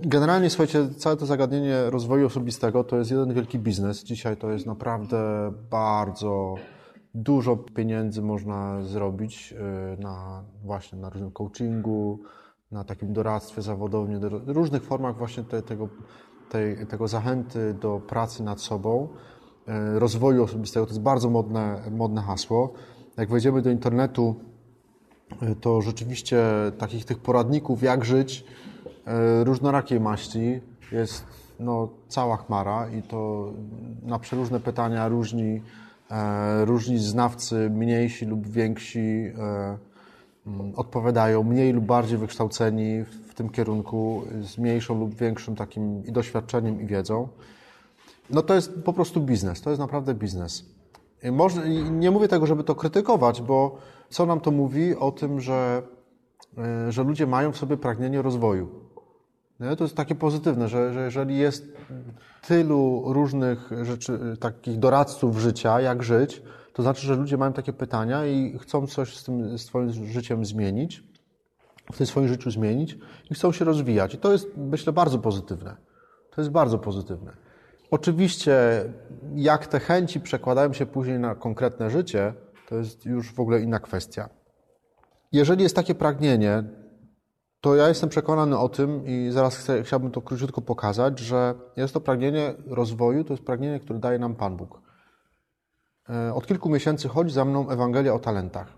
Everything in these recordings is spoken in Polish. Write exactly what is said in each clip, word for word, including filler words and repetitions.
Generalnie, słuchajcie, całe to zagadnienie rozwoju osobistego to jest jeden wielki biznes. Dzisiaj to jest naprawdę bardzo dużo pieniędzy można zrobić na właśnie na różnym coachingu, na takim doradztwie zawodowym, różnych formach właśnie te, tego, tej, tego zachęty do pracy nad sobą, rozwoju osobistego. To jest bardzo modne, modne hasło. Jak wejdziemy do internetu, to rzeczywiście takich tych poradników, jak żyć, różnorakiej maści jest no, cała chmara i to na przeróżne pytania różni, e, różni znawcy, mniejsi lub więksi e, odpowiadają, mniej lub bardziej wykształceni w tym kierunku, z mniejszą lub większym takim i doświadczeniem i wiedzą. No to jest po prostu biznes, to jest naprawdę biznes. I może, nie mówię tego, żeby to krytykować, bo co nam to mówi o tym, że, że ludzie mają w sobie pragnienie rozwoju. To jest takie pozytywne, że, że jeżeli jest tylu różnych rzeczy, takich doradców życia, jak żyć, to znaczy, że ludzie mają takie pytania i chcą coś z tym swoim życiem zmienić, w tym swoim życiu zmienić i chcą się rozwijać. I to jest, myślę, bardzo pozytywne. To jest bardzo pozytywne. Oczywiście, jak te chęci przekładają się później na konkretne życie, to jest już w ogóle inna kwestia. Jeżeli jest takie pragnienie, to ja jestem przekonany o tym i zaraz chcę, chciałbym to króciutko pokazać, że jest to pragnienie rozwoju, to jest pragnienie, które daje nam Pan Bóg. Od kilku miesięcy chodzi za mną Ewangelia o talentach.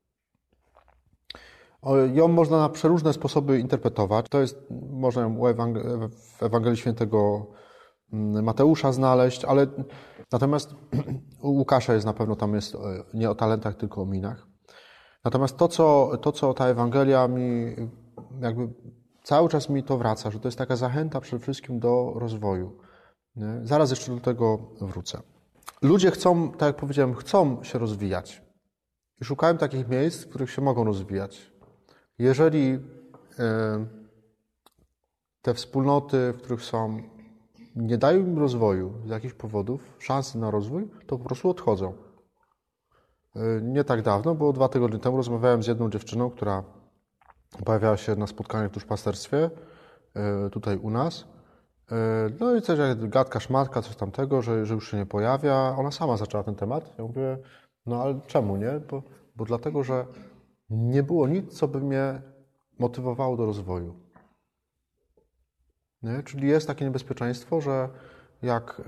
Ją można na przeróżne sposoby interpretować. To jest, można ją w Ewangelii Świętego Mateusza znaleźć, ale natomiast u Łukasza jest na pewno, tam jest nie o talentach, tylko o minach. Natomiast to, co, to, co ta Ewangelia mi jakby cały czas mi to wraca, że to jest taka zachęta przede wszystkim do rozwoju. Nie? Zaraz jeszcze do tego wrócę. Ludzie chcą, tak jak powiedziałem, chcą się rozwijać i szukają takich miejsc, w których się mogą rozwijać. Jeżeli te wspólnoty, w których są, nie dają im rozwoju z jakichś powodów, szansy na rozwój, to po prostu odchodzą. Nie tak dawno, bo dwa tygodnie temu rozmawiałem z jedną dziewczyną, która pojawiała się na spotkaniach w duszpasterstwie, tutaj u nas. No i coś jak gadka, szmatka, coś tamtego, że, że już się nie pojawia. Ona sama zaczęła ten temat. Ja mówię, no ale czemu, nie? Bo, bo dlatego, że nie było nic, co by mnie motywowało do rozwoju. Nie? Czyli jest takie niebezpieczeństwo, że jak,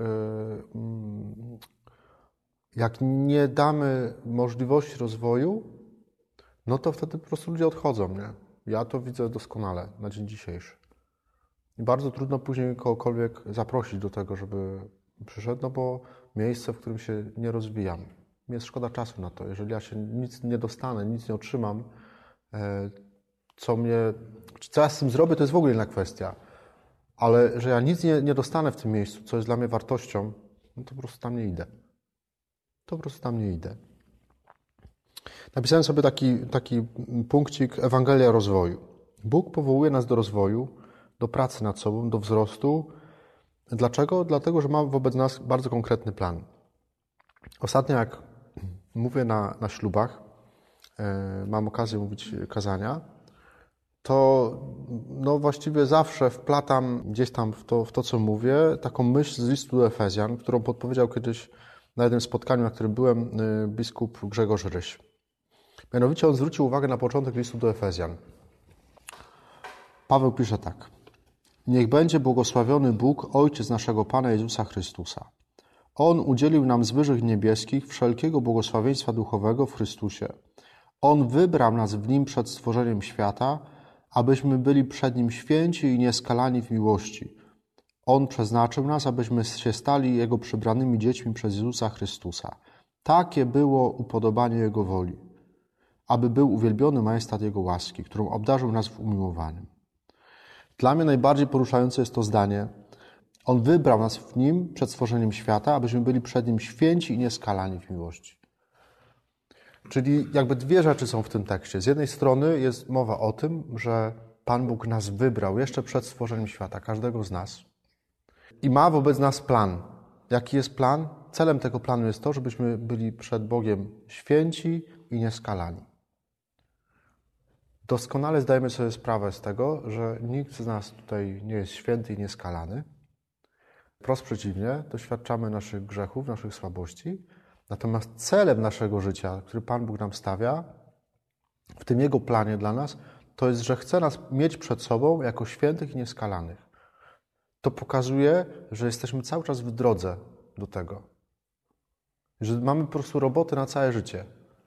jak nie damy możliwości rozwoju, no to wtedy po prostu ludzie odchodzą, nie? Ja to widzę doskonale na dzień dzisiejszy. I bardzo trudno później kogokolwiek zaprosić do tego, żeby przyszedł, no bo miejsce, w którym się nie rozwijam. Mi jest szkoda czasu na to. Jeżeli ja się nic nie dostanę, nic nie otrzymam, co mnie, co ja z tym zrobię, to jest w ogóle inna kwestia. Ale że ja nic nie, nie dostanę w tym miejscu, co jest dla mnie wartością, no to po prostu tam nie idę. To po prostu tam nie idę. Napisałem sobie taki, taki punkcik Ewangelia rozwoju. Bóg powołuje nas do rozwoju, do pracy nad sobą, do wzrostu. Dlaczego? Dlatego, że ma wobec nas bardzo konkretny plan. Ostatnio jak mówię na, na ślubach, e, mam okazję mówić kazania, to no właściwie zawsze wplatam gdzieś tam w to, w to, co mówię, taką myśl z listu do Efezjan, którą podpowiedział kiedyś na jednym spotkaniu, na którym byłem, biskup Grzegorz Ryś. Mianowicie on zwrócił uwagę na początek listu do Efezjan. Paweł pisze tak. Niech będzie błogosławiony Bóg, Ojciec naszego Pana Jezusa Chrystusa. On udzielił nam z wyżych niebieskich wszelkiego błogosławieństwa duchowego w Chrystusie. On wybrał nas w Nim przed stworzeniem świata, abyśmy byli przed Nim święci i nieskalani w miłości. On przeznaczył nas, abyśmy się stali Jego przybranymi dziećmi przez Jezusa Chrystusa. Takie było upodobanie Jego woli, aby był uwielbiony majestat Jego łaski, którą obdarzył nas w umiłowaniu. Dla mnie najbardziej poruszające jest to zdanie. On wybrał nas w Nim przed stworzeniem świata, abyśmy byli przed Nim święci i nieskalani w miłości. Czyli jakby dwie rzeczy są w tym tekście. Z jednej strony jest mowa o tym, że Pan Bóg nas wybrał jeszcze przed stworzeniem świata, każdego z nas. I ma wobec nas plan. Jaki jest plan? Celem tego planu jest to, żebyśmy byli przed Bogiem święci i nieskalani. Doskonale zdajemy sobie sprawę z tego, że nikt z nas tutaj nie jest święty i nieskalany. Wprost przeciwnie, doświadczamy naszych grzechów, naszych słabości. Natomiast celem naszego życia, który Pan Bóg nam stawia, w tym Jego planie dla nas, to jest, że chce nas mieć przed sobą jako świętych i nieskalanych. To pokazuje, że jesteśmy cały czas w drodze do tego. Że mamy po prostu robotę na całe życie.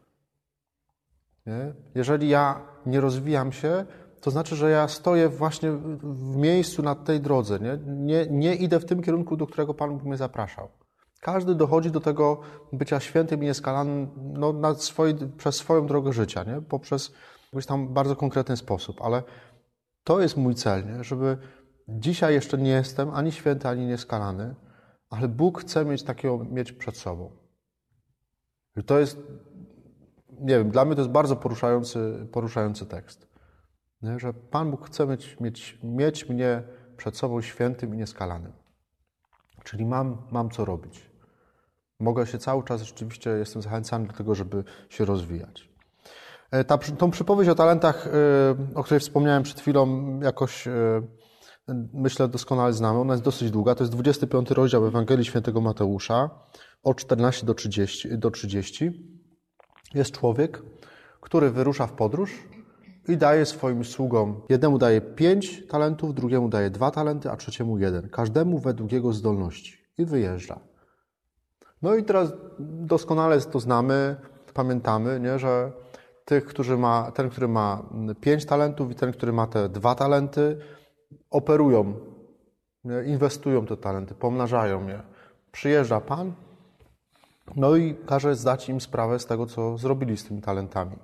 Nie? Jeżeli ja nie rozwijam się, to znaczy, że ja stoję właśnie w miejscu na tej drodze. Nie, nie, nie idę w tym kierunku, do którego Pan Bóg mnie zapraszał. Każdy dochodzi do tego bycia świętym i nieskalanym no, na swoi, przez swoją drogę życia, nie? Poprzez jakiś tam bardzo konkretny sposób. Ale to jest mój cel, nie? Żeby dzisiaj jeszcze nie jestem ani święty, ani nieskalany, ale Bóg chce mieć takiego mieć przed sobą. I to jest, nie wiem, dla mnie to jest bardzo poruszający, poruszający tekst. Nie? Że Pan Bóg chce mieć, mieć, mieć mnie przed sobą świętym i nieskalanym. Czyli mam, mam co robić. Mogę się cały czas, rzeczywiście jestem zachęcany do tego, żeby się rozwijać. Ta, tą przypowieść o talentach, o której wspomniałem przed chwilą, jakoś myślę doskonale znamy. Ona jest dosyć długa. To jest dwudziesty piąty rozdział Ewangelii Świętego Mateusza, od czternastu do trzydziestu. Jest człowiek, który wyrusza w podróż i daje swoim sługom. Jednemu daje pięć talentów, drugiemu daje dwa talenty, a trzeciemu jeden. Każdemu według jego zdolności. I wyjeżdża. No i teraz doskonale to znamy, pamiętamy, nie, że tych, którzy ma, ten, który ma pięć talentów i ten, który ma te dwa talenty, operują, nie, inwestują te talenty, pomnażają je. Przyjeżdża Pan, no i każe zdać im sprawę z tego, co zrobili z tymi talentami.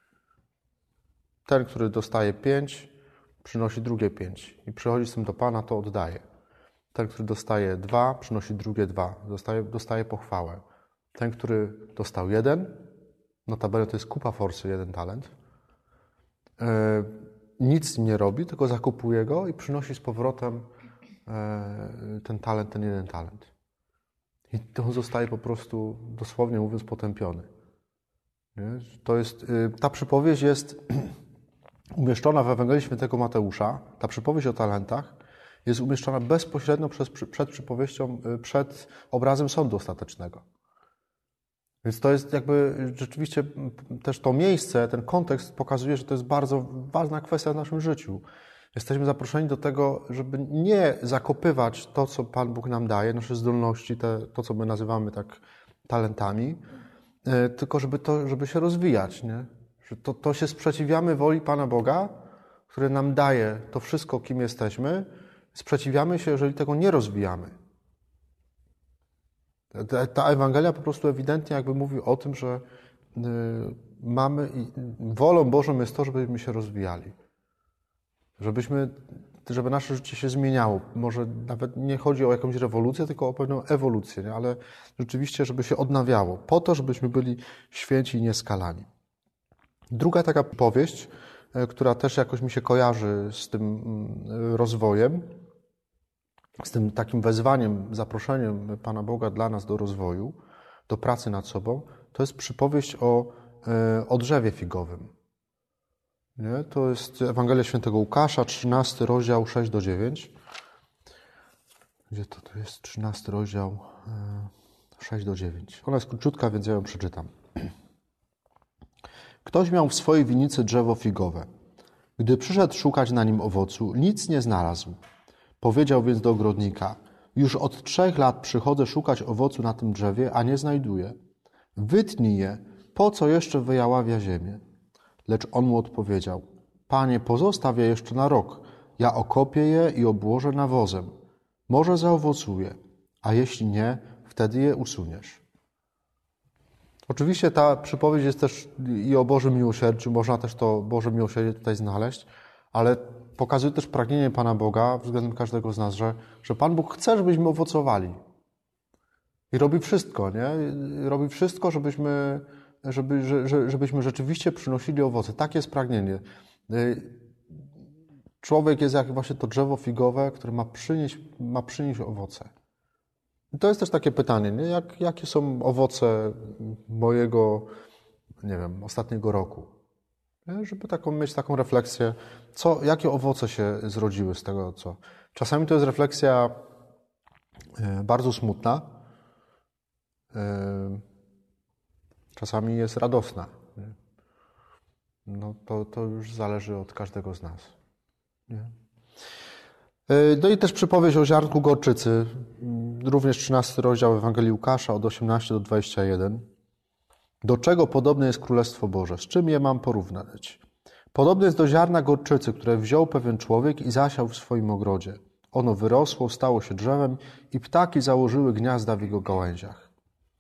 Ten, który dostaje pięć, przynosi drugie pięć i przychodzi z tym do Pana, to oddaje. Ten, który dostaje dwa, przynosi drugie dwa, dostaje, dostaje pochwałę. Ten, który dostał jeden, notabene to jest kupa forsy, jeden talent, yy, nic nie robi, tylko zakupuje go i przynosi z powrotem yy, ten talent, ten jeden talent. I to zostaje po prostu, dosłownie mówiąc, potępiony. Nie? To jest, yy, ta przypowieść jest umieszczona w Ewangelii Świętego Mateusza, ta przypowieść o talentach jest umieszczona bezpośrednio przed, przed przypowieścią, przed obrazem sądu ostatecznego. Więc to jest jakby rzeczywiście też to miejsce, ten kontekst pokazuje, że to jest bardzo ważna kwestia w naszym życiu. Jesteśmy zaproszeni do tego, żeby nie zakopywać to, co Pan Bóg nam daje, nasze zdolności, te, to, co my nazywamy tak talentami, tylko żeby, to, żeby się rozwijać. Nie? Że to, to się sprzeciwiamy woli Pana Boga, który nam daje to wszystko, kim jesteśmy, sprzeciwiamy się, jeżeli tego nie rozwijamy. Ta, ta Ewangelia po prostu ewidentnie jakby mówi o tym, że y, mamy, wolą Bożą jest to, żebyśmy się rozwijali. Żebyśmy, żeby nasze życie się zmieniało. Może nawet nie chodzi o jakąś rewolucję, tylko o pewną ewolucję, nie? Ale rzeczywiście, żeby się odnawiało. Po to, żebyśmy byli święci i nieskalani. Druga taka powieść, która też jakoś mi się kojarzy z tym rozwojem, z tym takim wezwaniem, zaproszeniem Pana Boga dla nas do rozwoju, do pracy nad sobą, to jest przypowieść o, o drzewie figowym. Nie? To jest Ewangelia Świętego Łukasza, trzynasty rozdział, sześć do dziewięciu. Gdzie to, to jest trzynasty rozdział, sześć do dziewięciu. Ona jest króciutka, więc ja ją przeczytam. Ktoś miał w swojej winnicy drzewo figowe. Gdy przyszedł szukać na nim owocu, nic nie znalazł. Powiedział więc do ogrodnika: już od trzech lat przychodzę szukać owocu na tym drzewie, a nie znajduję. Wytnij je, po co jeszcze wyjaławia ziemię? Lecz on mu odpowiedział: Panie, pozostaw je jeszcze na rok. Ja okopię je i obłożę nawozem. Może zaowocuje, a jeśli nie, wtedy je usuniesz. Oczywiście ta przypowieść jest też i o Bożym miłosierdziu, można też to Boże miłosierdzie tutaj znaleźć, ale pokazuje też pragnienie Pana Boga względem każdego z nas, że, że Pan Bóg chce, żebyśmy owocowali. I robi wszystko, nie? Robi wszystko, żebyśmy, żeby, że, żebyśmy rzeczywiście przynosili owoce. Takie jest pragnienie. Człowiek jest jak właśnie to drzewo figowe, które ma przynieść, ma przynieść owoce. I to jest też takie pytanie, nie? Jak, jakie są owoce mojego, nie wiem, ostatniego roku? Nie? Żeby taką, mieć taką refleksję, co, jakie owoce się zrodziły z tego, co. Czasami to jest refleksja bardzo smutna, czasami jest radosna. No to, to już zależy od każdego z nas. Nie? No i też przypowieść o ziarnku gorczycy, również trzynasty rozdział Ewangelii Łukasza od osiemnastego do dwudziestego pierwszego. Do czego podobne jest Królestwo Boże? Z czym je mam porównać? Podobne jest do ziarna gorczycy, które wziął pewien człowiek i zasiał w swoim ogrodzie. Ono wyrosło, stało się drzewem i ptaki założyły gniazda w jego gałęziach.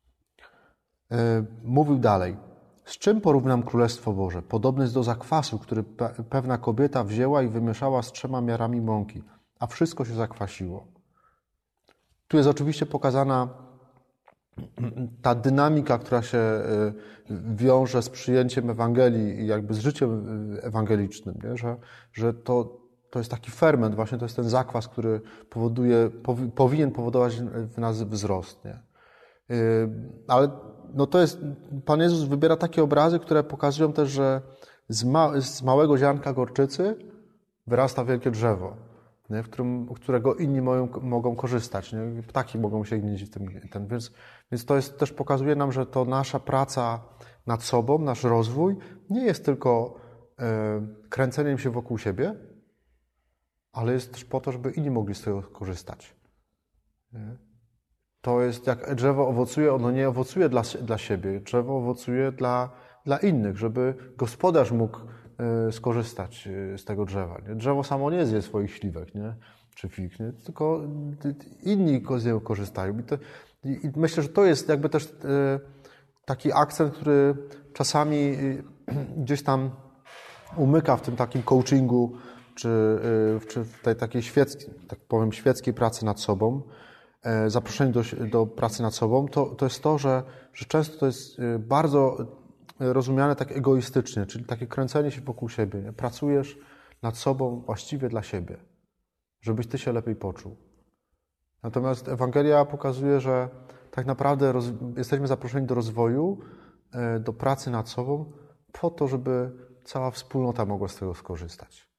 Mówił dalej. Z czym porównam Królestwo Boże? Podobne jest do zakwasu, który pewna kobieta wzięła i wymieszała z trzema miarami mąki, a wszystko się zakwasiło. Tu jest oczywiście pokazana ta dynamika, która się wiąże z przyjęciem Ewangelii i jakby z życiem ewangelicznym, nie? Że, że to, to jest taki ferment, właśnie to jest ten zakwas, który powoduje, powinien powodować w nas wzrost. Nie? Ale no to jest, Pan Jezus wybiera takie obrazy, które pokazują też, że z, ma, z małego ziarnka gorczycy wyrasta wielkie drzewo, nie? W którym, którego inni mogą, mogą korzystać. Nie? Ptaki mogą sięgnąć w tym. Ten, więc, więc to jest, też pokazuje nam, że to nasza praca nad sobą, nasz rozwój nie jest tylko e, kręceniem się wokół siebie, ale jest też po to, żeby inni mogli z tego korzystać. Nie? To jest jak drzewo owocuje, ono nie owocuje dla, dla siebie, drzewo owocuje dla, dla innych, żeby gospodarz mógł y, skorzystać z tego drzewa. Nie? Drzewo samo nie zje swoich śliwek, nie? Czy fig, nie? Tylko inni z niego korzystają. I, to, i, i myślę, że to jest jakby też y, taki akcent, który czasami y, gdzieś tam umyka w tym takim coachingu, czy, y, czy w tej takiej świeckiej, tak powiem, świeckiej pracy nad sobą, zaproszenie do, do pracy nad sobą, to, to jest to, że, że często to jest bardzo rozumiane tak egoistycznie, czyli takie kręcenie się wokół siebie. Nie? Pracujesz nad sobą właściwie dla siebie, żebyś ty się lepiej poczuł. Natomiast Ewangelia pokazuje, że tak naprawdę roz, jesteśmy zaproszeni do rozwoju, do pracy nad sobą, po to, żeby cała wspólnota mogła z tego skorzystać.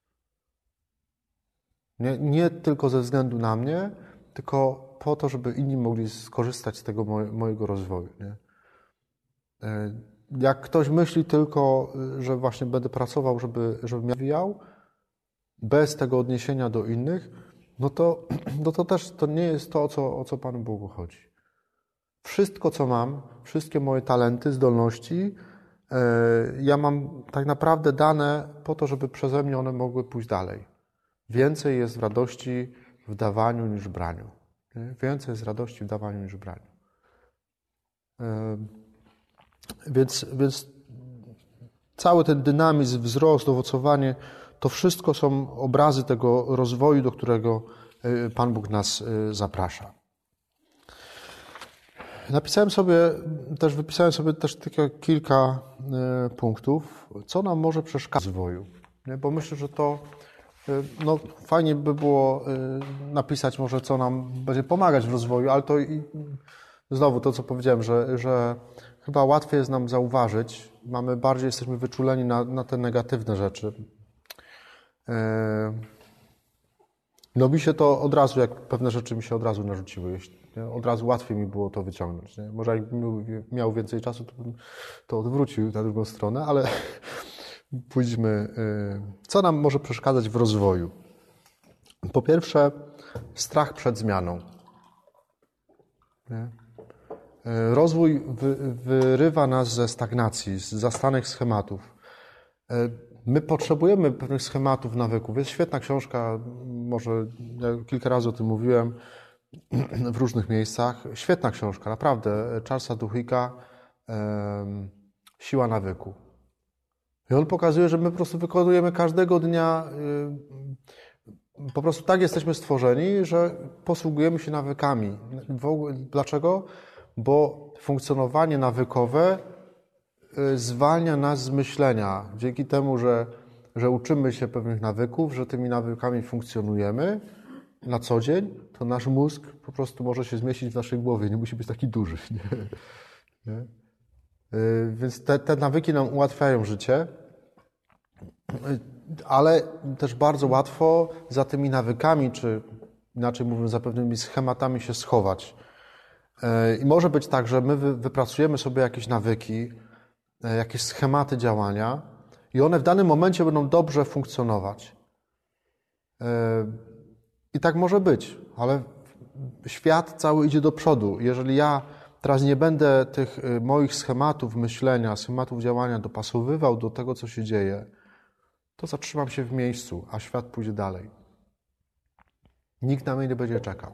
Nie, nie tylko ze względu na mnie, tylko po to, żeby inni mogli skorzystać z tego mojego rozwoju. Nie? Jak ktoś myśli tylko, że właśnie będę pracował, żeby, żeby mnie rozwijał, bez tego odniesienia do innych, no to, no to też to nie jest to, o co, o co Panu Bogu chodzi. Wszystko, co mam, wszystkie moje talenty, zdolności, ja mam tak naprawdę dane po to, żeby przeze mnie one mogły pójść dalej. Więcej jest w radości w dawaniu niż w braniu. Więcej jest radości w dawaniu niż w braniu. Więc, więc cały ten dynamizm, wzrost, owocowanie, to wszystko są obrazy tego rozwoju, do którego Pan Bóg nas zaprasza. Napisałem sobie, też wypisałem sobie też tylko kilka punktów, co nam może przeszkadzać w rozwoju. Bo myślę, że to no, fajnie by było napisać może, co nam będzie pomagać w rozwoju, ale to i znowu to, co powiedziałem, że, że chyba łatwiej jest nam zauważyć. Mamy bardziej, jesteśmy wyczuleni na, na te negatywne rzeczy. No mi się to od razu, jak pewne rzeczy mi się od razu narzuciły, od razu łatwiej mi było to wyciągnąć. Nie? Może jakbym miał więcej czasu, to bym to odwrócił na drugą stronę, ale pójdźmy. Co nam może przeszkadzać w rozwoju? Po pierwsze, strach przed zmianą. Nie? Rozwój wy, wyrywa nas ze stagnacji, z zastanych schematów. My potrzebujemy pewnych schematów, nawyków. Jest świetna książka, może ja kilka razy o tym mówiłem w różnych miejscach. Świetna książka, naprawdę. Charlesa Duhigga, Siła nawyku. I on pokazuje, że my po prostu wykonujemy każdego dnia, po prostu tak jesteśmy stworzeni, że posługujemy się nawykami. W ogóle, dlaczego? Bo funkcjonowanie nawykowe zwalnia nas z myślenia. Dzięki temu, że, że uczymy się pewnych nawyków, że tymi nawykami funkcjonujemy na co dzień, to nasz mózg po prostu może się zmieścić w naszej głowie. Nie musi być taki duży. Nie? Nie? Więc te, te nawyki nam ułatwiają życie. ale też bardzo łatwo za tymi nawykami, czy inaczej mówiąc, za pewnymi schematami się schować. I może być tak, że my wypracujemy sobie jakieś nawyki, jakieś schematy działania i one w danym momencie będą dobrze funkcjonować. I tak może być, ale świat cały idzie do przodu. Jeżeli ja teraz nie będę tych moich schematów myślenia, schematów działania dopasowywał do tego, co się dzieje, to zatrzymam się w miejscu, a świat pójdzie dalej. Nikt na mnie nie będzie czekał.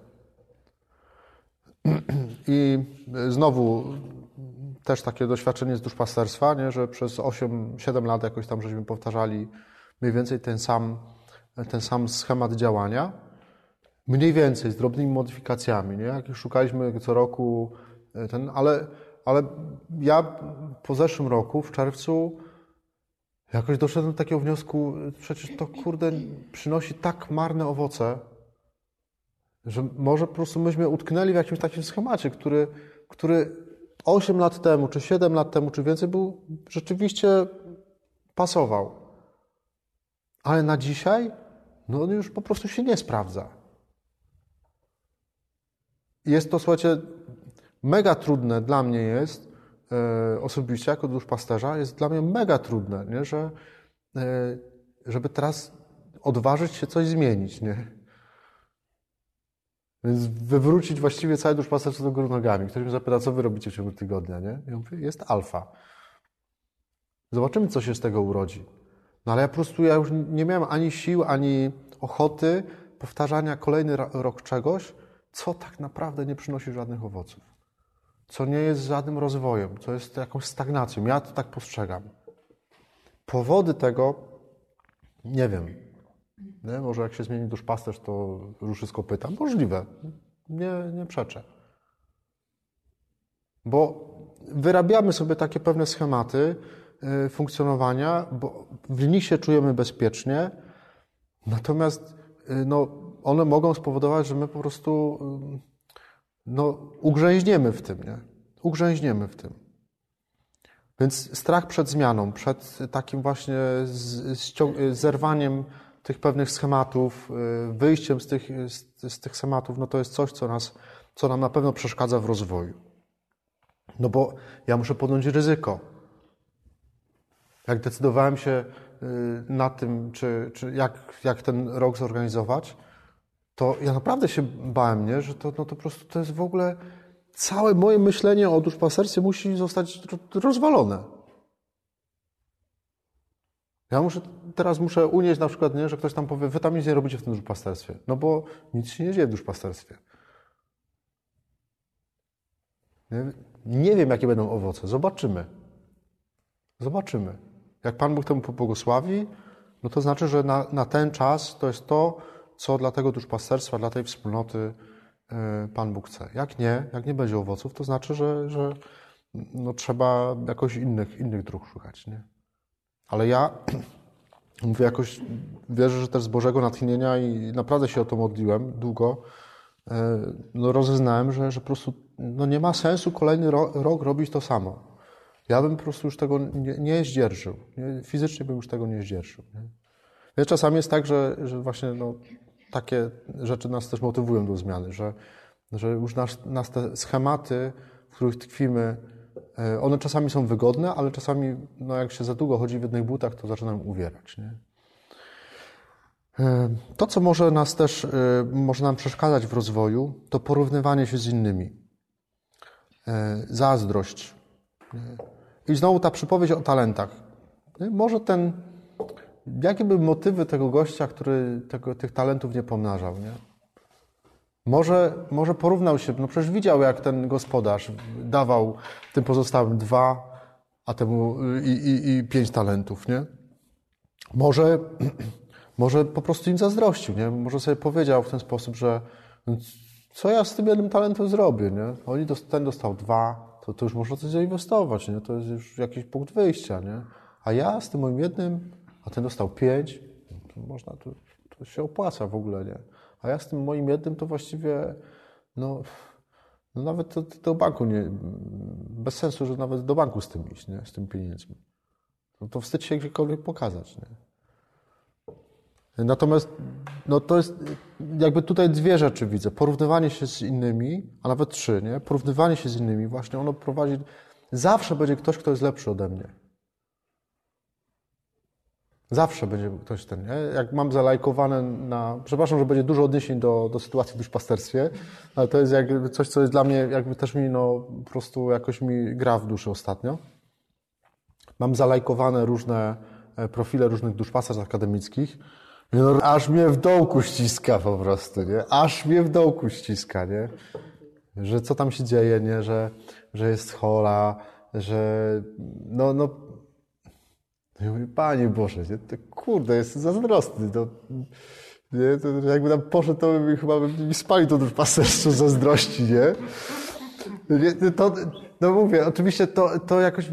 I znowu też takie doświadczenie z duszpasterstwa, nie? Że przez osiem siedem lat jakoś tam żeśmy powtarzali mniej więcej ten sam, ten sam schemat działania. Mniej więcej, z drobnymi modyfikacjami, nie? Jak szukaliśmy co roku ten, ale, ale ja po zeszłym roku, w czerwcu, jakoś doszedłem do takiego wniosku, przecież to kurde przynosi tak marne owoce, że może po prostu myśmy utknęli w jakimś takim schemacie, który, który osiem lat temu, czy siedem lat temu, czy więcej był, rzeczywiście pasował. Ale na dzisiaj, no on już po prostu się nie sprawdza. Jest to, słuchajcie, mega trudne dla mnie jest, e, osobiście jako duszpasterza, jest dla mnie mega trudne, nie? Że, e, żeby teraz odważyć się coś zmienić, nie? Więc wywrócić właściwie cały duszpasterstwo do góry nogami. Ktoś mnie zapyta, co wy robicie w ciągu tygodnia, nie? Ja mówię, jest alfa. Zobaczymy, co się z tego urodzi. No ale ja po prostu ja już nie miałem ani sił, ani ochoty powtarzania kolejny rok czegoś, co tak naprawdę nie przynosi żadnych owoców. Co nie jest żadnym rozwojem, co jest jakąś stagnacją. Ja to tak postrzegam. Powody tego nie wiem. Nie? Może jak się zmieni duszpasterz, to ruszy z kopyta. Możliwe. Nie, nie przeczę. Bo wyrabiamy sobie takie pewne schematy y, funkcjonowania, bo w nich się czujemy bezpiecznie, natomiast y, no, one mogą spowodować, że my po prostu y, no, ugrzęźniemy w tym. Nie? Ugrzęźniemy w tym. Więc strach przed zmianą, przed takim właśnie z, z, zerwaniem tych pewnych schematów, wyjściem z tych, z, z tych schematów, no to jest coś, co, nas, co nam na pewno przeszkadza w rozwoju. No bo ja muszę podjąć ryzyko. Jak decydowałem się na tym, czy, czy jak, jak ten rok zorganizować, to ja naprawdę się bałem, nie? Że to, no to po prostu to jest w ogóle całe moje myślenie o duszpasterstwie musi zostać rozwalone. Ja muszę, teraz muszę unieść na przykład, nie, że ktoś tam powie, wy tam nic nie robicie w tym duszpasterstwie. No bo nic się nie dzieje w duszpasterstwie. Nie, nie wiem, jakie będą owoce. Zobaczymy. Zobaczymy. Jak Pan Bóg temu pobłogosławi, no to znaczy, że na, na ten czas to jest to, co dla tego duszpasterstwa, dla tej wspólnoty yy, Pan Bóg chce. Jak nie, jak nie będzie owoców, to znaczy, że, że no, trzeba jakoś innych, innych dróg szukać, nie? Ale ja mówię, jakoś wierzę, że też z Bożego natchnienia i naprawdę się o to modliłem długo, no rozeznałem, że, że po prostu no nie ma sensu kolejny rok, rok robić to samo. Ja bym po prostu już tego nie, nie zdzierżył. Nie, fizycznie bym już tego nie zdzierżył. Nie? Więc czasami jest tak, że, że właśnie no, takie rzeczy nas też motywują do zmiany, że, że już nas, nas te schematy, w których tkwimy, one czasami są wygodne, ale czasami, no jak się za długo chodzi w jednych butach, to zaczynają uwierać. Nie? To, co może nas też, może nam przeszkadzać w rozwoju, to porównywanie się z innymi. Zazdrość. I znowu ta przypowieść o talentach. Może ten, jakie były motywy tego gościa, który tego, tych talentów nie pomnażał, nie? Może, może porównał się, no przecież widział, jak ten gospodarz dawał tym pozostałym dwa, a temu i, i, i pięć talentów, nie? Może, może po prostu im zazdrościł, nie? Może sobie powiedział w ten sposób, że co ja z tym jednym talentem zrobię, nie? Oni, ten dostał dwa, to, to już można coś zainwestować, nie? To jest już jakiś punkt wyjścia, nie? A ja z tym moim jednym, a ten dostał pięć, to można, to, to się opłaca w ogóle, nie? A ja z tym moim jednym to właściwie, no, no nawet do, do banku nie, bez sensu, że nawet do banku z tym iść, nie? Z tymi pieniędzmi. No to wstyd się gdziekolwiek pokazać, nie? Natomiast no to jest jakby tutaj dwie rzeczy widzę. Porównywanie się z innymi, a nawet trzy, nie? Porównywanie się z innymi, właśnie ono prowadzi... Zawsze będzie ktoś, kto jest lepszy ode mnie. Zawsze będzie ktoś ten, nie? Jak mam zalajkowane na... Przepraszam, że będzie dużo odniesień do, do sytuacji w duszpasterstwie, ale to jest jakby coś, co jest dla mnie, jakby też mi, no, po prostu jakoś mi gra w duszy ostatnio. Mam zalajkowane różne profile różnych duszpasterstw akademickich. No, aż mnie w dołku ściska po prostu, nie? Aż mnie w dołku ściska, nie? Że co tam się dzieje, nie? Że, że jest hola, że no, no... Ja mówię, Panie Boże, nie? To, kurde, jestem zazdrosny, no. Nie? To, jakby tam poszedł, to bym chyba bym mi spalił to duszpasterstwo z zazdrości, nie? nie? To, no mówię, oczywiście to, to jakoś...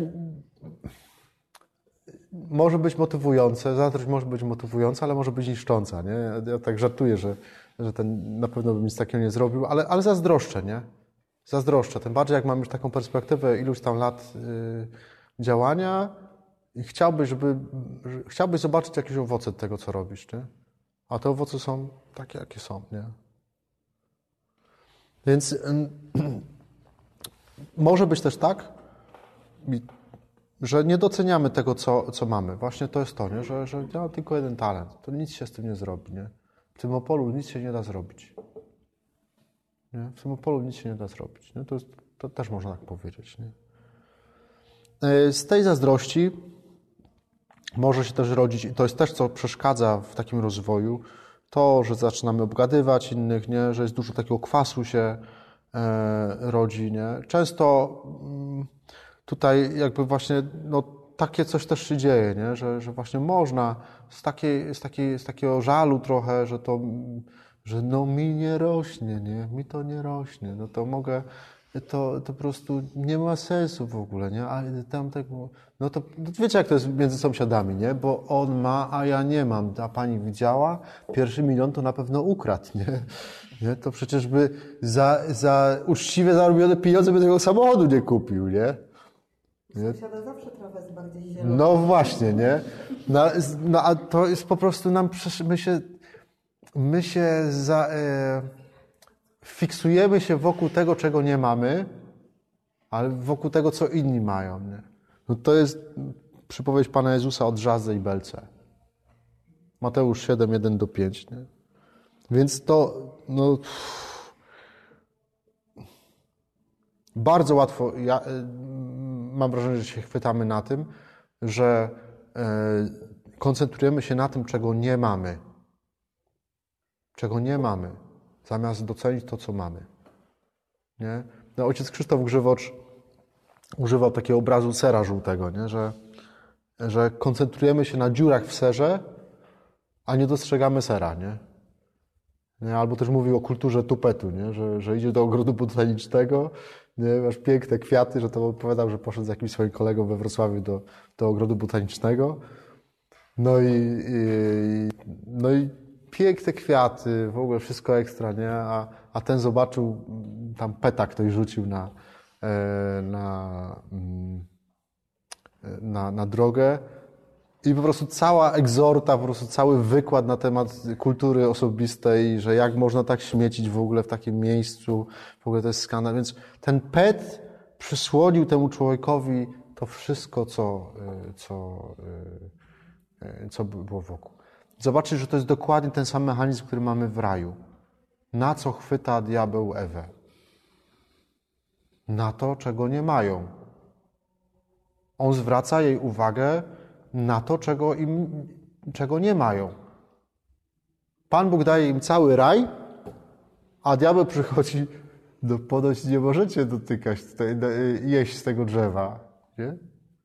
Może być motywujące, zazdrość może być motywująca, ale może być niszcząca, nie? Ja tak żartuję, że, że ten na pewno bym nic takiego nie zrobił, ale, ale zazdroszczę, nie? Zazdroszczę. Tym bardziej, jak mam już taką perspektywę iluś tam lat yy, działania i chciałbyś, żeby, chciałbyś zobaczyć jakieś owoce tego, co robisz, nie? A te owoce są takie, jakie są, nie? Więc yy, może być też tak, że nie doceniamy tego, co, co mamy. Właśnie to jest to, nie? Że, że ja mam tylko jeden talent. To nic się z tym nie zrobi. Nie? W tym Opolu nic się nie da zrobić. Nie? W tym Opolu nic się nie da zrobić. Nie? To, jest, to też można tak powiedzieć. Nie? Z tej zazdrości może się też rodzić, i to jest też, co przeszkadza w takim rozwoju, to, że zaczynamy obgadywać innych, nie? Że jest dużo takiego kwasu się e, rodzi. Nie? Często... Mm, Tutaj jakby właśnie no, takie coś też się dzieje, nie? Że, że właśnie można z, takiej, z, takiej, z takiego żalu trochę, że to, że no mi nie rośnie, nie? Mi to nie rośnie, no to mogę, to, to po prostu nie ma sensu w ogóle, nie? A tamtego, no to no wiecie jak to jest między sąsiadami, nie? Bo on ma, a ja nie mam, a pani widziała, pierwszy milion to na pewno ukradł, nie? Nie? To przecież by za, za uczciwie zarobione pieniądze by tego samochodu nie kupił, nie? Sąsiada zawsze trawa jest bardziej zielona. No właśnie, nie? No, no a to jest po prostu nam, my się, my się za, e, fiksujemy się wokół tego, czego nie mamy, ale wokół tego, co inni mają, nie? No to jest przypowieść Pana Jezusa o drzazze i belce. Mateusz siedem, jeden do pięć, nie? Więc to, no... Bardzo łatwo, ja, mam wrażenie, że się chwytamy na tym, że e, koncentrujemy się na tym, czego nie mamy. Czego nie mamy, zamiast docenić to, co mamy. Nie? No, ojciec Krzysztof Grzywocz używał takiego obrazu sera żółtego, nie? Że, że koncentrujemy się na dziurach w serze, a nie dostrzegamy sera, nie? Nie? Albo też mówił o kulturze tupetu, nie? Że, że idzie do ogrodu botanicznego, nie? Masz piękne kwiaty, że to opowiadał, że poszedł z jakimś swoim kolegą we Wrocławiu do, do ogrodu botanicznego. No i, i, no i piękne kwiaty, w ogóle wszystko ekstra, nie? A, a ten zobaczył, tam peta ktoś rzucił na, na, na, na drogę. I po prostu cała egzorta, po prostu cały wykład na temat kultury osobistej, że jak można tak śmiecić w ogóle w takim miejscu, w ogóle to jest skandal. Więc ten pet przysłonił temu człowiekowi to wszystko, co, co, co było wokół. Zobaczcie, że to jest dokładnie ten sam mechanizm, który mamy w raju. Na co chwyta diabeł Ewę? Na to, czego nie mają. On zwraca jej uwagę na to, czego, im, czego nie mają. Pan Bóg daje im cały raj, a diabeł przychodzi, no ponoć nie możecie dotykać, jeść z tego drzewa. Nie?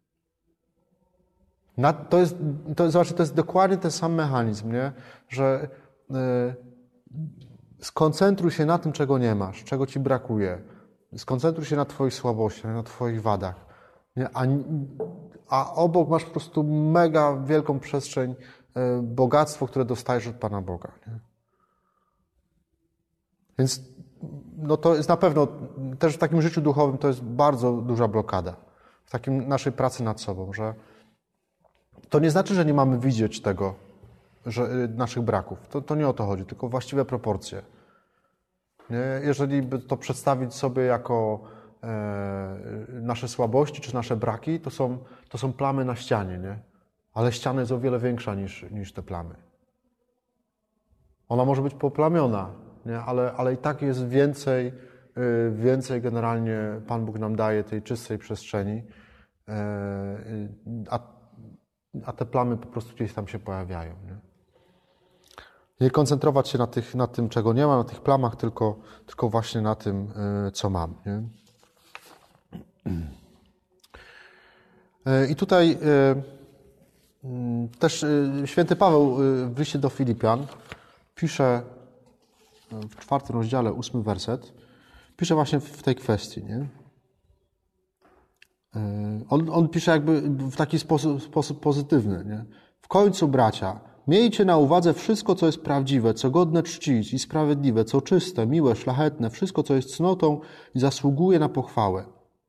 Na, to jest, to, zobaczcie, to jest dokładnie ten sam mechanizm, nie? Że y, skoncentruj się na tym, czego nie masz, czego ci brakuje. Skoncentruj się na twoich słabościach, na twoich wadach. Nie? A, a obok masz po prostu mega wielką przestrzeń, y, bogactwo, które dostajesz od Pana Boga. Nie? Więc no to jest na pewno, też w takim życiu duchowym to jest bardzo duża blokada. W takim naszej pracy nad sobą, że to nie znaczy, że nie mamy widzieć tego, że, naszych braków. To, to nie o to chodzi, tylko właściwe proporcje. Nie? Jeżeli by to przedstawić sobie jako e, nasze słabości czy nasze braki, to są, to są plamy na ścianie, nie? Ale ściana jest o wiele większa niż, niż te plamy. Ona może być poplamiona, nie? Ale, ale i tak jest więcej, y, więcej generalnie Pan Bóg nam daje tej czystej przestrzeni, y, a, a te plamy po prostu gdzieś tam się pojawiają. Nie, nie koncentrować się na, tych, na tym, czego nie ma, na tych plamach, tylko, tylko właśnie na tym, y, co mam. Nie? Y, I tutaj y, y, też y, święty Paweł y, w liście do Filipian pisze w czwartym rozdziale, ósmy werset, pisze właśnie w tej kwestii, nie? On, on pisze jakby w taki sposób, sposób pozytywny, nie? W końcu, bracia, miejcie na uwadze wszystko, co jest prawdziwe, co godne czcić i sprawiedliwe, co czyste, miłe, szlachetne, wszystko, co jest cnotą i zasługuje na pochwałę.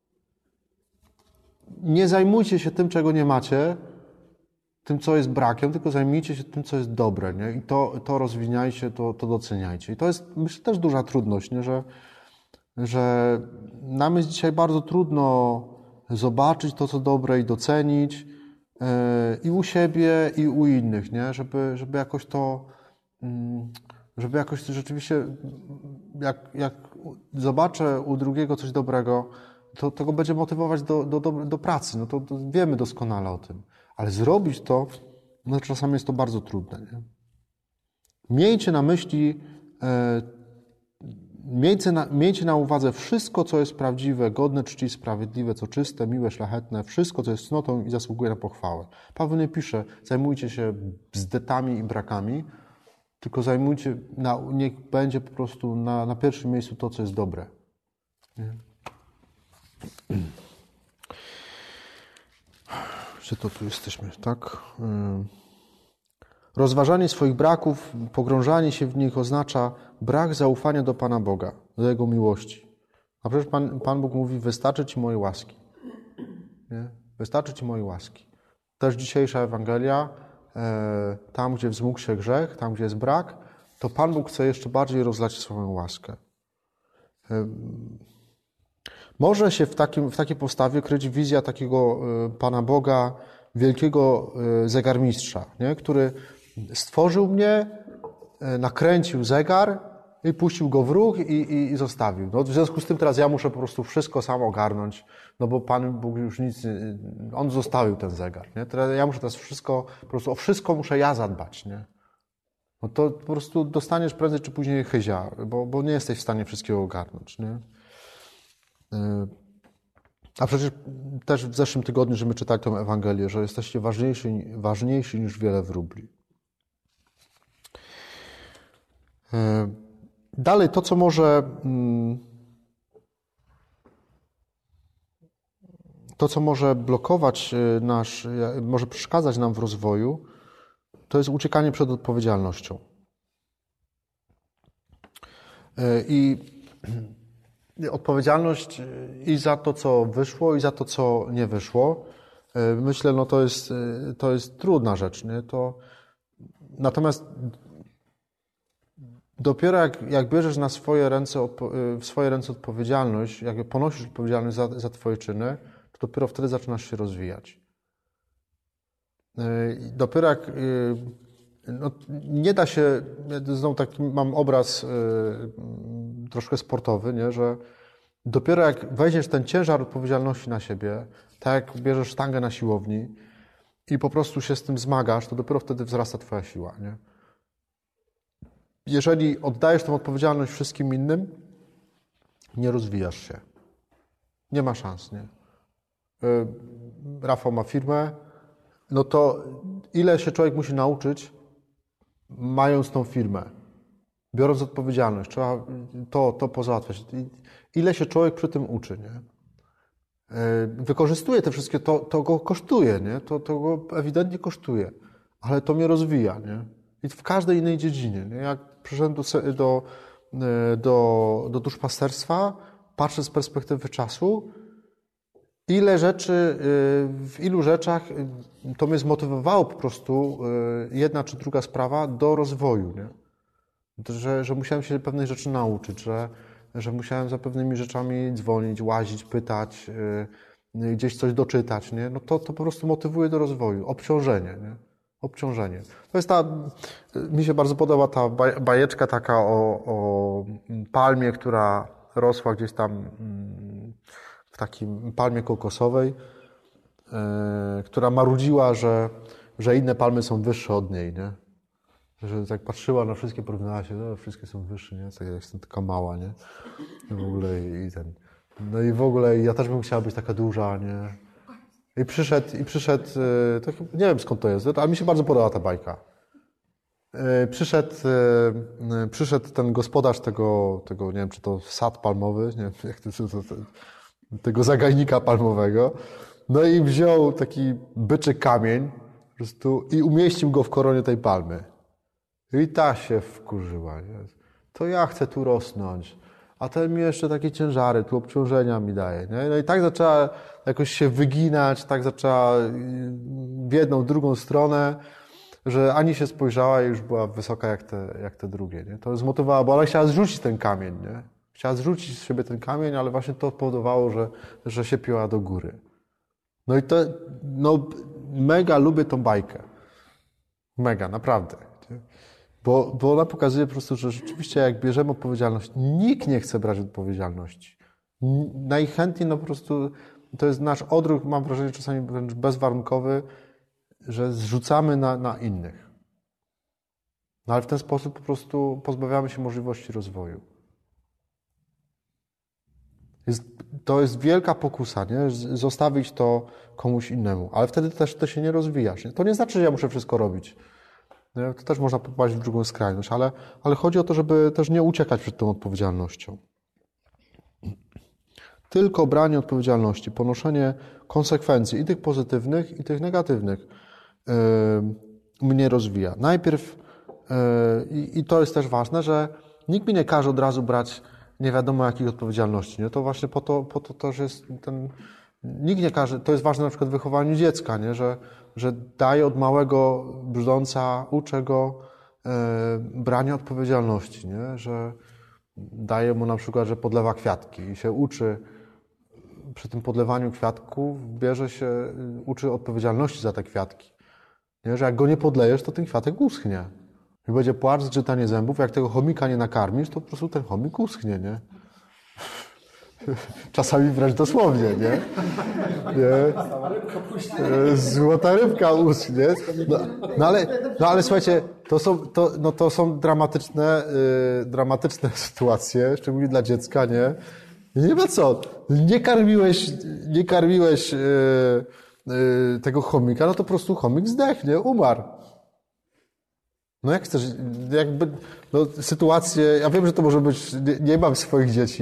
Nie zajmujcie się tym, czego nie macie, tym, co jest brakiem, tylko zajmijcie się tym, co jest dobre, nie? I to, to rozwiniajcie, to, to doceniajcie. I to jest, myślę, też duża trudność, nie? Że, że nam jest dzisiaj bardzo trudno zobaczyć to, co dobre i docenić yy, i u siebie, i u innych, nie? Żeby, żeby jakoś to, yy, żeby jakoś rzeczywiście, jak, jak zobaczę u drugiego coś dobrego, to, to go będzie motywować do, do, do, do pracy. No to, to wiemy doskonale o tym. Ale zrobić to, no czasami jest to bardzo trudne. Nie? Miejcie na myśli, e, miejcie, na, miejcie na uwadze wszystko, co jest prawdziwe, godne czci, sprawiedliwe, co czyste, miłe, szlachetne, wszystko, co jest cnotą i zasługuje na pochwałę. Paweł nie pisze, zajmujcie się bzdetami i brakami, tylko zajmujcie, na, niech będzie po prostu na, na pierwszym miejscu to, co jest dobre. Nie? Gdzie to tu jesteśmy, tak? Rozważanie swoich braków, pogrążanie się w nich oznacza brak zaufania do Pana Boga, do Jego miłości. A przecież Pan, Pan Bóg mówi, wystarczy Ci mojej łaski. Nie? Wystarczy Ci mojej łaski. Też dzisiejsza Ewangelia, tam gdzie wzmógł się grzech, tam gdzie jest brak, to Pan Bóg chce jeszcze bardziej rozlać swoją łaskę. Może się w, takim, w takiej postawie kryć wizja takiego Pana Boga, wielkiego zegarmistrza, nie? Który stworzył mnie, nakręcił zegar i puścił go w ruch i, i, i zostawił. No, w związku z tym teraz ja muszę po prostu wszystko sam ogarnąć, no bo Pan Bóg już nic, On zostawił ten zegar. Nie? Teraz ja muszę teraz wszystko, po prostu o wszystko muszę ja zadbać. Nie? No to po prostu dostaniesz prędzej czy później chyzia, bo, bo nie jesteś w stanie wszystkiego ogarnąć. Nie? A przecież też w zeszłym tygodniu, że my czytali tę Ewangelię, że jesteście ważniejsi, ważniejsi niż wiele wróbli. Dalej, to co może to co może blokować nasz, może przeszkadzać nam w rozwoju, to jest uciekanie przed odpowiedzialnością. I odpowiedzialność i za to, co wyszło, i za to, co nie wyszło. Myślę, no to jest, to jest trudna rzecz, nie? To, natomiast dopiero jak, jak bierzesz na swoje ręce, w swoje ręce odpowiedzialność, jak ponosisz odpowiedzialność za, za Twoje czyny, to dopiero wtedy zaczynasz się rozwijać. Dopiero jak no, nie da się, znowu taki mam obraz yy, troszkę sportowy, nie, że dopiero jak weźmiesz ten ciężar odpowiedzialności na siebie, tak jak bierzesz sztangę na siłowni i po prostu się z tym zmagasz, to dopiero wtedy wzrasta Twoja siła. Nie? Jeżeli oddajesz tę odpowiedzialność wszystkim innym, nie rozwijasz się. Nie ma szans. Nie? Yy, Rafał ma firmę, no to ile się człowiek musi nauczyć, mając tą firmę, biorąc odpowiedzialność, trzeba to, to pozałatwiać. Ile się człowiek przy tym uczy, nie? Wykorzystuje te wszystkie, to, to go kosztuje, nie? To, to go ewidentnie kosztuje, ale to mnie rozwija, nie? I w każdej innej dziedzinie, nie? Jak przyszedłem do, do, do, do duszpasterstwa, patrzę z perspektywy czasu, ile rzeczy, w ilu rzeczach to mnie zmotywowało po prostu jedna czy druga sprawa do rozwoju, nie? Że, że musiałem się pewnych rzeczy nauczyć, że, że musiałem za pewnymi rzeczami dzwonić, łazić, pytać, gdzieś coś doczytać, nie? No to, to po prostu motywuje do rozwoju. Obciążenie, nie? Obciążenie. To jest ta, mi się bardzo podoba ta bajeczka taka o, o palmie, która rosła gdzieś tam w takim palmie kokosowej, yy, która marudziła, że, że inne palmy są wyższe od niej, nie? Że tak patrzyła na wszystkie, porównała się, no wszystkie są wyższe, nie? Tak jak jestem taka mała, nie? W ogóle i ten... No i w ogóle ja też bym chciała być taka duża, nie? I przyszedł, i przyszedł, yy, to, nie wiem skąd to jest, ale mi się bardzo podoba ta bajka. Yy, przyszedł, yy, przyszedł ten gospodarz tego, tego, nie wiem, czy to sad palmowy, nie wiem, jak to, to, to tego zagajnika palmowego. No i wziął taki byczy kamień po prostu i umieścił go w koronie tej palmy. I ta się wkurzyła. Nie? To ja chcę tu rosnąć, a ten mi jeszcze takie ciężary, tu obciążenia mi daje. Nie? No i tak zaczęła jakoś się wyginać, tak zaczęła w jedną, w drugą stronę, że ani się spojrzała i już była wysoka jak te, jak te drugie. Nie? To zmotywowała, bo ona chciała zrzucić ten kamień, nie? Chciała zrzucić z siebie ten kamień, ale właśnie to powodowało, że, że się piła do góry. No i to, no, mega lubię tą bajkę. Mega, naprawdę. Bo, bo ona pokazuje po prostu, że rzeczywiście jak bierzemy odpowiedzialność, nikt nie chce brać odpowiedzialności. Najchętniej, no po prostu, to jest nasz odruch, mam wrażenie, czasami wręcz bezwarunkowy, że zrzucamy na, na innych. No ale w ten sposób po prostu pozbawiamy się możliwości rozwoju. Jest, to jest wielka pokusa, nie? Zostawić to komuś innemu, ale wtedy też to się nie rozwijasz. Nie? To nie znaczy, że ja muszę wszystko robić. Nie? To też można popaść w drugą skrajność, ale, ale chodzi o to, żeby też nie uciekać przed tą odpowiedzialnością. Tylko branie odpowiedzialności, ponoszenie konsekwencji i tych pozytywnych, i tych negatywnych yy, mnie rozwija. Najpierw, yy, i to jest też ważne, że nikt mi nie każe od razu brać nie wiadomo jakich odpowiedzialności. Nie? To właśnie po to, po to też jest ten... Nikt nie każe, to jest ważne na przykład w wychowaniu dziecka, nie? Że, że daję od małego brzdąca, uczę go e, brania odpowiedzialności, nie? Że daję mu na przykład, że podlewa kwiatki i się uczy przy tym podlewaniu kwiatków, bierze się, uczy odpowiedzialności za te kwiatki. Nie? Że jak go nie podlejesz, to ten kwiatek uschnie. I będzie płacz, zgrzytanie zębów. Jak tego chomika nie nakarmisz, to po prostu ten chomik uschnie, nie? Czasami wręcz dosłownie, nie? nie? Złota rybka uschnie. No, no, ale, no ale słuchajcie, to są, to, no to są dramatyczne, yy, dramatyczne sytuacje, szczególnie dla dziecka, nie? Nie ma co. Nie karmiłeś, nie karmiłeś yy, yy, tego chomika, no to po prostu chomik zdechł, nie? Umarł. No jak chcesz, jakby, no sytuacje, ja wiem, że to może być, nie, nie mam swoich dzieci,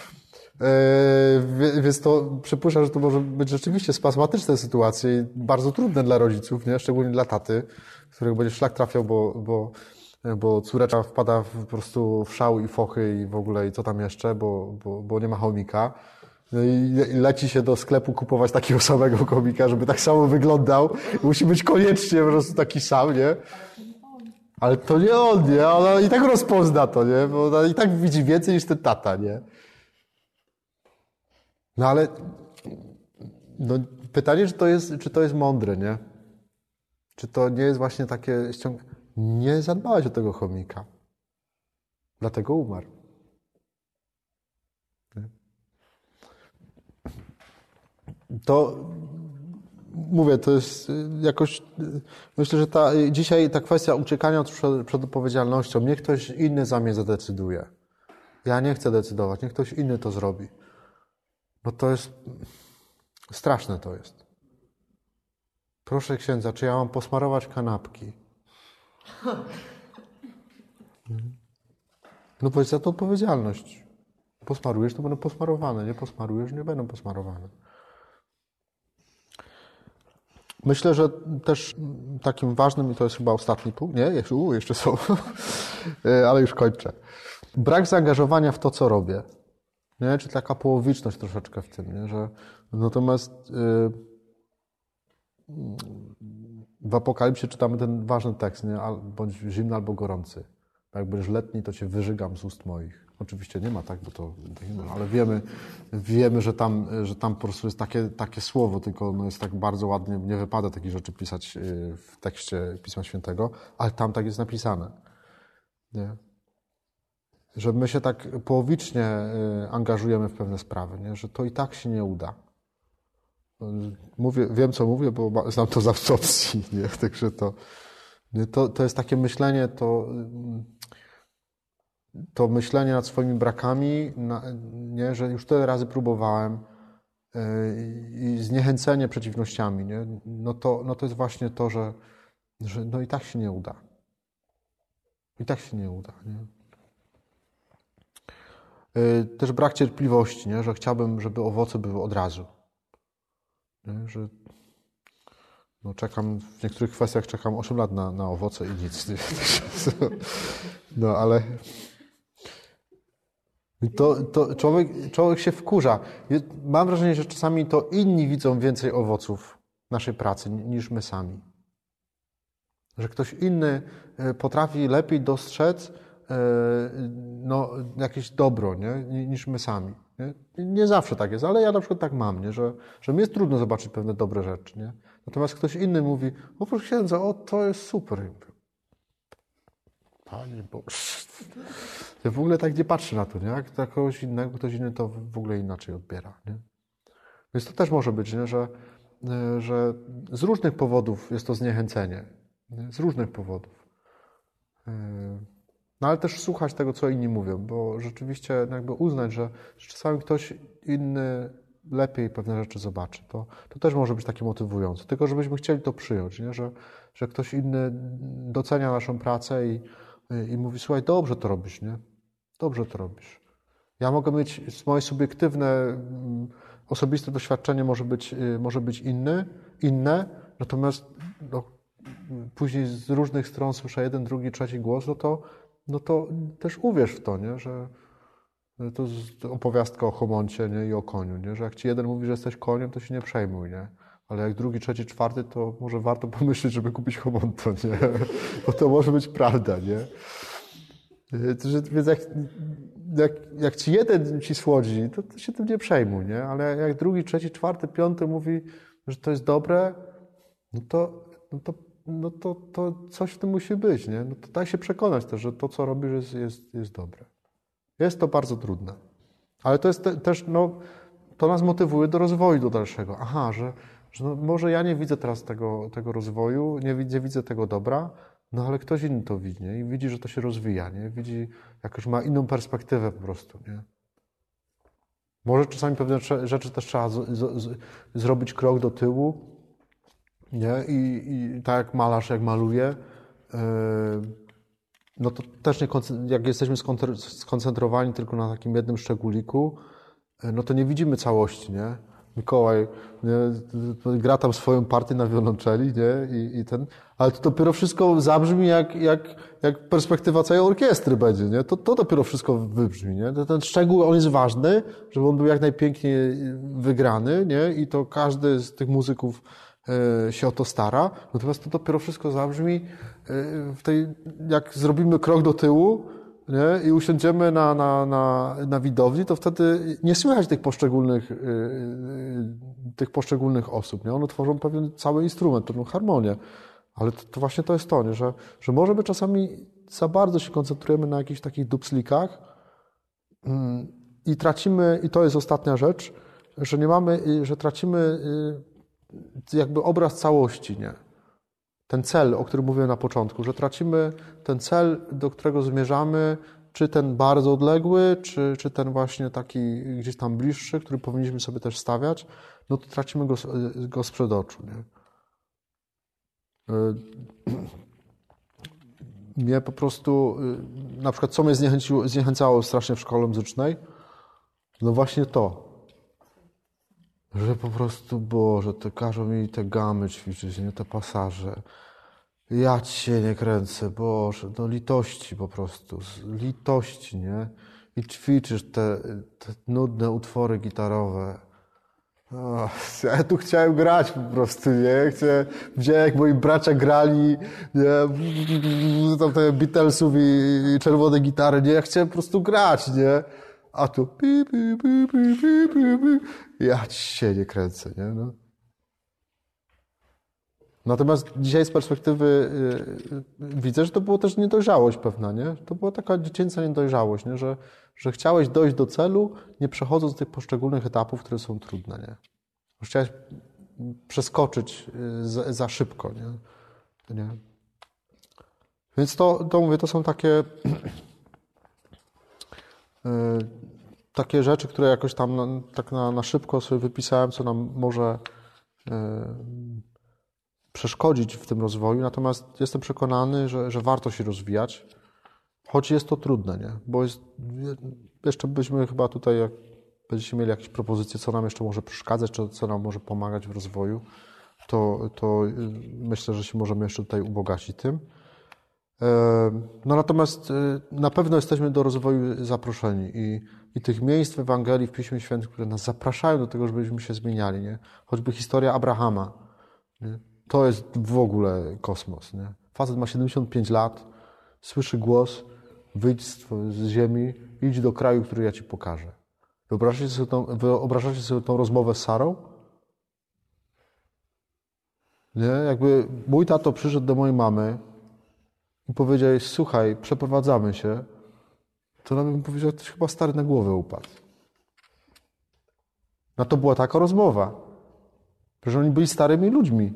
yy, więc to przypuszczam, że to może być rzeczywiście spazmatyczne sytuacje i bardzo trudne dla rodziców, nie? Szczególnie dla taty, którego będzie szlak trafiał, bo, bo, bo córeczka wpada po prostu w szał i fochy i w ogóle i co tam jeszcze, bo, bo, bo nie ma chomika. No i leci się do sklepu kupować takiego samego chomika, żeby tak samo wyglądał. Musi być koniecznie po prostu taki sam, nie? Ale to nie on, nie? Ona i tak rozpozna to, nie? Bo ona i tak widzi więcej niż ten tata, nie? No ale no, pytanie, czy to jest, czy to jest mądre, nie? Czy to nie jest właśnie takie ściąg... Nie zadbałeś o tego chomika. Dlatego umarł. Nie? To mówię, to jest jakoś, myślę, że ta, dzisiaj ta kwestia uciekania przed, przed odpowiedzialnością, niech ktoś inny za mnie zadecyduje. Ja nie chcę decydować, niech ktoś inny to zrobi. Bo to jest, straszne to jest. Proszę księdza, czy ja mam posmarować kanapki? No powiedz za to odpowiedzialność. Posmarujesz, to będą posmarowane, nie posmarujesz, nie będą posmarowane. Myślę, że też takim ważnym, i to jest chyba ostatni punkt, nie? Jeszcze, u, jeszcze są, ale już kończę. Brak zaangażowania w to, co robię. nie? Czy taka połowiczność troszeczkę w tym, nie? Że natomiast yy, w Apokalipsie czytamy ten ważny tekst, nie? Al, bądź zimny albo gorący. Jak będziesz letni, to cię wyżygam z ust moich. Oczywiście nie ma tak, bo to, ale wiemy, wiemy, że tam, że tam po prostu jest takie, takie słowo, tylko ono jest tak bardzo ładnie, nie wypada takich rzeczy pisać w tekście Pisma Świętego, ale tam tak jest napisane. Nie? Że my się tak połowicznie angażujemy w pewne sprawy, nie? Że to i tak się nie uda. Mówię, wiem, co mówię, bo znam to z absorpcji, nie? Także to, nie? To, to jest takie myślenie, to, to myślenie nad swoimi brakami, nie? Że już tyle razy próbowałem i zniechęcenie przeciwnościami, nie? No, to, no to jest właśnie to, że, że no i tak się nie uda. I tak się nie uda, nie? Też brak cierpliwości, nie? Że chciałbym, żeby owoce były od razu. Nie? Że no czekam, w niektórych kwestiach czekam osiem lat na, na owoce i nic. Nie? No ale to, to człowiek, człowiek się wkurza. Mam wrażenie, że czasami to inni widzą więcej owoców naszej pracy niż my sami. Że ktoś inny potrafi lepiej dostrzec no, jakieś dobro, nie? Niż my sami. Nie? Nie zawsze tak jest, ale ja na przykład tak mam, nie? Że, że mi jest trudno zobaczyć pewne dobre rzeczy. Nie? Natomiast ktoś inny mówi, oprócz księdza, o to jest super. Panie Boże. Ja w ogóle tak nie patrzę na to, nie? Jak dla kogoś innego, ktoś inny to w ogóle inaczej odbiera. Nie? Więc to też może być, nie? Że, że z różnych powodów jest to zniechęcenie. Nie? Z różnych powodów. No ale też słuchać tego, co inni mówią, bo rzeczywiście jakby uznać, że, że czasami ktoś inny lepiej pewne rzeczy zobaczy. To, to też może być takie motywujące. Tylko żebyśmy chcieli to przyjąć, nie? Że, że ktoś inny docenia naszą pracę i, i mówi, słuchaj, dobrze to robisz, nie? Dobrze to robisz. Ja mogę mieć moje subiektywne, osobiste doświadczenie może być, może być inny, inne, natomiast no, później z różnych stron słyszę jeden, drugi, trzeci głos, no to no to też uwierz w to, nie? Że to jest opowiastka o chomoncie, nie? I o koniu, nie? Że jak ci jeden mówi, że jesteś koniem, to się nie przejmuj, nie? Ale jak drugi, trzeci, czwarty, to może warto pomyśleć, żeby kupić chomonto, nie? Bo to może być prawda, nie? Więc jak, jak, jak ci jeden ci słodzi, to, to się tym nie przejmuj, nie? Ale jak drugi, trzeci, czwarty, piąty mówi, że to jest dobre, no to, no to no to, to coś w tym musi być, nie? No to daj się przekonać też, że to, co robisz, jest, jest, jest dobre. Jest to bardzo trudne. Ale to jest te, też, no, to nas motywuje do rozwoju do dalszego. Aha, że, że no, może ja nie widzę teraz tego, tego rozwoju, nie widzę, widzę tego dobra, no ale ktoś inny to widzi, nie? I widzi, że to się rozwija, nie? Widzi, jakoś ma inną perspektywę po prostu, nie? Może czasami pewne rzeczy też trzeba z, z, z, zrobić krok do tyłu, nie? I, I tak jak malarz, jak maluje, yy, no to też nie, jak jesteśmy skoncentrowani tylko na takim jednym szczególiku, yy, no to nie widzimy całości, nie? Mikołaj nie? Gra tam swoją partię na wiolonczeli, nie? I, i ten, ale to dopiero wszystko zabrzmi, jak, jak, jak perspektywa całej orkiestry będzie, nie? To, to dopiero wszystko wybrzmi, nie? Ten szczegół, on jest ważny, żeby on był jak najpiękniej wygrany, nie? I to każdy z tych muzyków się o to stara, natomiast to dopiero wszystko zabrzmi w tej, jak zrobimy krok do tyłu, nie? I usiądziemy na, na, na, na widowni, to wtedy nie słychać tych poszczególnych, tych poszczególnych osób, nie? One tworzą pewien cały instrument, pewną harmonię, ale to, to właśnie to jest to, nie? Że, że może my czasami za bardzo się koncentrujemy na jakichś takich dupslikach i tracimy, i to jest ostatnia rzecz, że nie mamy, że tracimy jakby obraz całości, nie? Ten cel, o którym mówiłem na początku, że tracimy ten cel, do którego zmierzamy, czy ten bardzo odległy, czy, czy ten właśnie taki gdzieś tam bliższy, który powinniśmy sobie też stawiać, no to tracimy go, go sprzed oczu, nie? Mnie po prostu, na przykład co mnie zniechęciło, zniechęcało strasznie w szkole muzycznej, no właśnie to, że po prostu, Boże, te każą mi te gamy ćwiczyć, nie, te pasaże. Ja cię nie kręcę, Boże, no litości po prostu, litości, nie? i ćwiczysz te, te nudne utwory gitarowe. O, ja tu chciałem grać po prostu, nie? Chciałem, widziałem, jak moi bracia grali, nie? Tam te Beatlesów i, i czerwone gitary, nie? Ja chciałem po prostu grać, nie? A tu pi, pi, pi, pi, pi, pi, pi. Ja się nie kręcę, nie? No. Natomiast dzisiaj z perspektywy yy, widzę, że to było też niedojrzałość pewna, nie? To była taka dziecięca niedojrzałość, nie? Że, że chciałeś dojść do celu, nie przechodząc tych poszczególnych etapów, które są trudne, nie? Że chciałeś przeskoczyć yy, za, za szybko, nie? nie? Więc to, to mówię, to są takie yy, takie rzeczy, które jakoś tam na, tak na, na szybko sobie wypisałem, co nam może yy, przeszkodzić w tym rozwoju, natomiast jestem przekonany, że, że warto się rozwijać, choć jest to trudne, nie? Bo jest, jeszcze byśmy chyba tutaj, jak będziecie mieli jakieś propozycje, co nam jeszcze może przeszkadzać, czy co nam może pomagać w rozwoju, to, to myślę, że się możemy jeszcze tutaj ubogacić tym. No natomiast na pewno jesteśmy do rozwoju zaproszeni i, i tych miejsc w Ewangelii, w Piśmie Świętym, które nas zapraszają do tego, żebyśmy się zmieniali, nie? Choćby historia Abrahama, nie? To jest w ogóle kosmos, nie? Facet ma siedemdziesiąt pięć lat, słyszy głos, wyjdź z, z ziemi, idź do kraju, który ja ci pokażę. Wyobrażacie sobie tą, wyobrażacie sobie tą rozmowę z Sarą? Nie? Jakby mój tato przyszedł do mojej mamy i powiedział jej, słuchaj, przeprowadzamy się, to ona bym powiedział, że chyba stary na głowę upadł. No to była taka rozmowa. Przecież oni byli starymi ludźmi.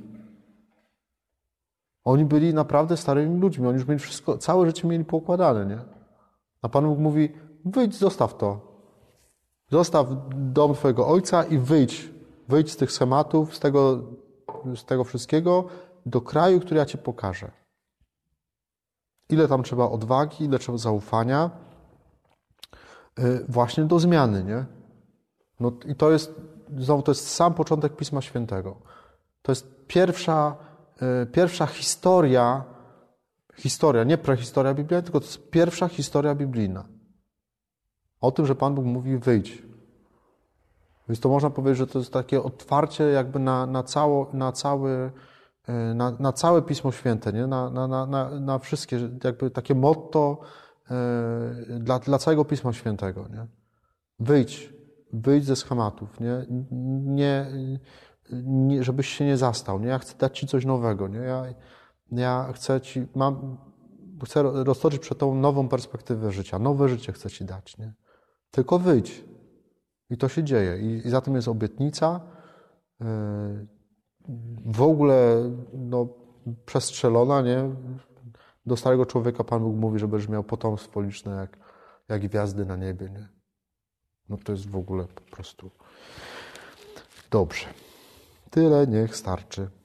Oni byli naprawdę starymi ludźmi. Oni już mieli wszystko, całe życie mieli poukładane, nie? A Pan Bóg mówi, wyjdź, zostaw to. Zostaw dom twojego ojca i wyjdź. Wyjdź z tych schematów, z tego, z tego wszystkiego do kraju, który ja ci pokażę. Ile tam trzeba odwagi, ile trzeba zaufania yy, właśnie do zmiany, nie? No i to jest, znowu to jest sam początek Pisma Świętego. To jest pierwsza Pierwsza historia, historia, nie prehistoria biblijna, tylko to jest pierwsza historia biblijna. O tym, że Pan Bóg mówi wyjdź. Więc to można powiedzieć, że to jest takie otwarcie jakby na, na, cało, na, cały, na, na całe Pismo Święte, nie? Na, na, na, na wszystkie, jakby takie motto yy, dla, dla całego Pisma Świętego. Nie? Wyjdź, wyjdź ze schematów, nie? Nie, nie, żebyś się nie zastał. Nie? Ja chcę dać ci coś nowego. Nie? Ja, ja chcę ci, mam, chcę roztoczyć przed tą nową perspektywę życia. Nowe życie chcę ci dać. Nie? Tylko wyjdź. I to się dzieje. I, i za tym jest obietnica. Yy, w ogóle no, przestrzelona, nie? Do starego człowieka Pan Bóg mówi, że będziesz miał potomstwo liczne jak, jak gwiazdy na niebie. Nie? No to jest w ogóle po prostu dobrze. Tyle niech starczy.